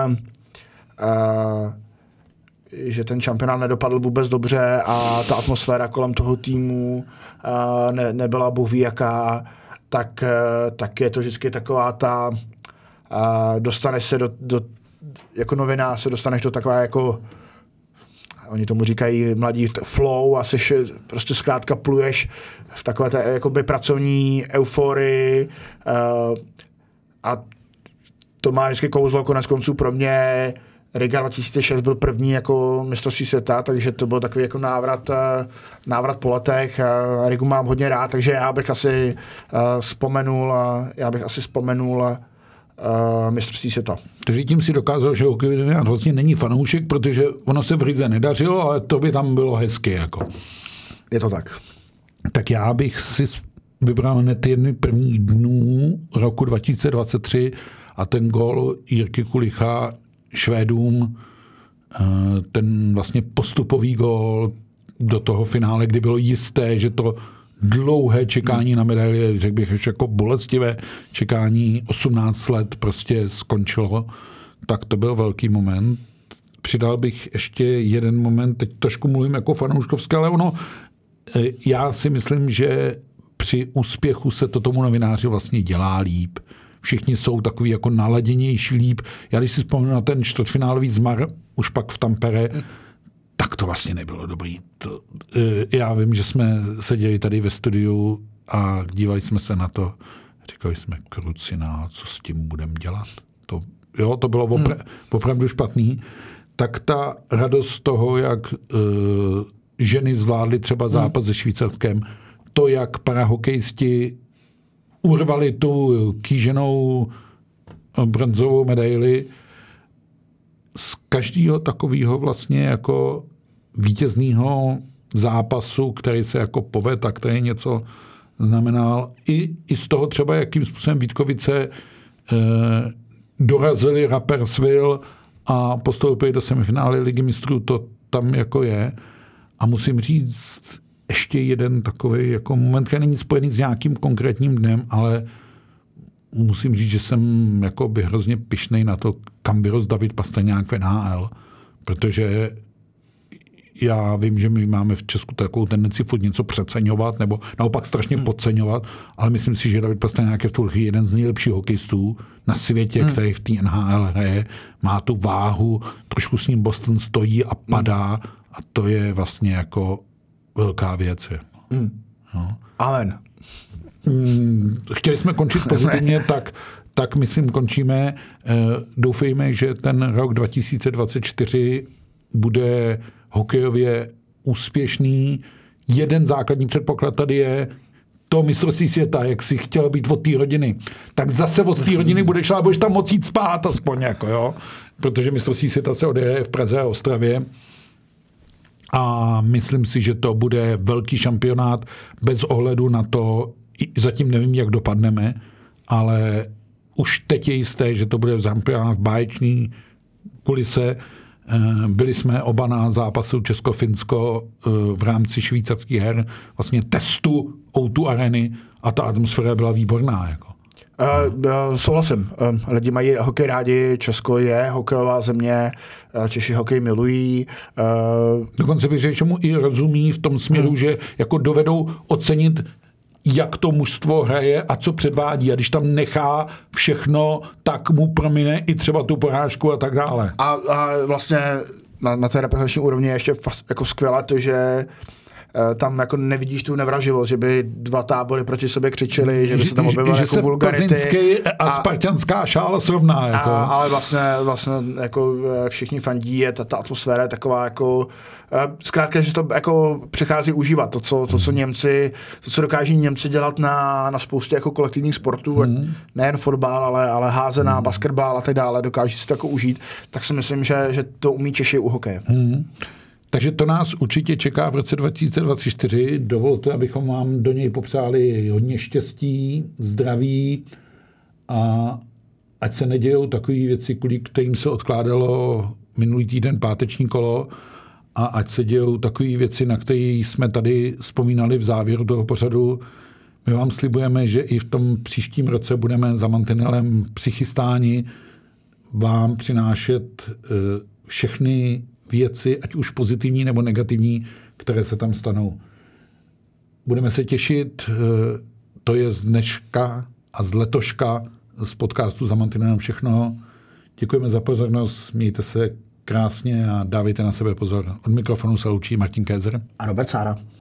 S3: ten šampionát nedopadl vůbec dobře a ta atmosféra kolem toho týmu nebyla bůh ví jaká, tak je to vždycky taková ta dostaneš se do jako novinář se dostaneš do takové jako oni tomu říkají mladí flow a jsi prostě zkrátka pluješ v takové té jakoby pracovní euforii a to má vždycky kouzlo, konec konců pro mě Riga 2006 byl první jako mistrovství světa, takže to byl takový jako návrat po letech. Rigu mám hodně rád, takže já bych asi vzpomenul mistrovství světa.
S2: Takže tím si dokázal, že hokejový novinář vlastně není fanoušek, protože ono se v Rize nedařilo, ale to by tam bylo hezky. Jako.
S3: Je to tak.
S2: Tak já bych si vybral hned jedny prvních dnů roku 2023 a ten gól Jirky Kulicha Švédům, ten vlastně postupový gól do toho finále, kdy bylo jisté, že to dlouhé čekání na medaili, řekl bych ještě jako bolestivé čekání 18 let prostě skončilo, tak to byl velký moment. Přidal bych ještě jeden moment, teď trošku mluvím jako fanouškovské, ale ono, já si myslím, že při úspěchu se to tomu novináři vlastně dělá líp. Všichni jsou takový jako naladěnější líp. Já když si vzpomínám na ten čtvrtfinálový zmar, už pak v Tampere, tak to vlastně nebylo dobrý. Já vím, že jsme seděli tady ve studiu a dívali jsme se na to. Říkali jsme, krucina, co s tím budeme dělat? To bylo opravdu špatný. Tak ta radost toho, jak ženy zvládly třeba zápas se Švýcarskem, to, jak parahokejisti urvali tu kýženou bronzovou medaili, z každého takového vlastně jako vítězného zápasu, který se jako povedl a který něco znamenal, i z toho třeba, jakým způsobem Vítkovice dorazili Rapperswil a postoupili do semifinále Ligy mistrů, to tam jako je. A musím říct ještě jeden takový jako moment, který není spojený s nějakým konkrétním dnem, ale musím říct, že jsem jako by hrozně pyšnej na to, kam vyrost David Pastrňák v NHL, protože já vím, že my máme v Česku takovou tendenci furt něco přeceňovat nebo naopak strašně podceňovat, ale myslím si, že David Pastrňák je v tuhle jeden z nejlepších hokejistů na světě, který v té NHL hraje, má tu váhu, trošku s ním Boston stojí a padá a to je vlastně jako velká věc. No.
S3: Amen.
S2: Chtěli jsme končit pozitivně, tak myslím končíme. Doufejme, že ten rok 2024 bude hokejově úspěšný. Jeden základní předpoklad tady je to mistrovství světa, jak jsi chtěl být od té rodiny, tak zase od té rodiny budeš tam moct jít spát aspoň, jako jo. Protože mistrovství světa se odehraje v Praze a Ostravě. A myslím si, že to bude velký šampionát bez ohledu na to, zatím nevím, jak dopadneme, ale už teď je jisté, že to bude šampionát v báječný kulise. Byli jsme oba na zápasu Česko-Finsko v rámci švýcarských her, vlastně testu O2 Areny a ta atmosféra byla výborná. Jako.
S3: Souhlasím. Lidi mají hokej rádi, Česko je hokejová země, Češi hokej milují.
S2: Dokonce bych řekl, že mu i rozumí v tom směru, že jako dovedou ocenit, jak to mužstvo hraje a co předvádí. A když tam nechá všechno, tak mu promine i třeba tu porážku a tak dále.
S3: A vlastně na té reprezentační úrovni je ještě jako skvělé to, že tam jako nevidíš tu nevraživost, že by dva tábory proti sobě křičeli, že by se tam objevovaly jako vulgarity.
S2: A spartanská šála srovná. Jako.
S3: Ale vlastně jako všichni fandí, ta atmosféra je taková jako zkrátka, že to jako přechází užívat. To, co Němci, to, co dokáží Němci dělat na spoustě jako kolektivních sportů, nejen fotbal, ale házená, basketbal a tak dále, dokáží si to jako užít, tak si myslím, že to umí Češi u hokeje.
S2: Takže to nás určitě čeká v roce 2024. Dovolte, abychom vám do něj popřáli hodně štěstí, zdraví a ať se nedějou takové věci, kvůli kterým se odkládalo minulý týden páteční kolo a ať se dějou takové věci, na které jsme tady vzpomínali v závěru toho pořadu. My vám slibujeme, že i v tom příštím roce budeme za mantinelem přichystáni vám přinášet všechny věci, ať už pozitivní nebo negativní, které se tam stanou. Budeme se těšit, to je z dneška a z letoška z podcastu Za mantinelem všechno. Děkujeme za pozornost, mějte se krásně a dávejte na sebe pozor. Od mikrofonu se loučí Martin Kézer
S3: a Robert Sára.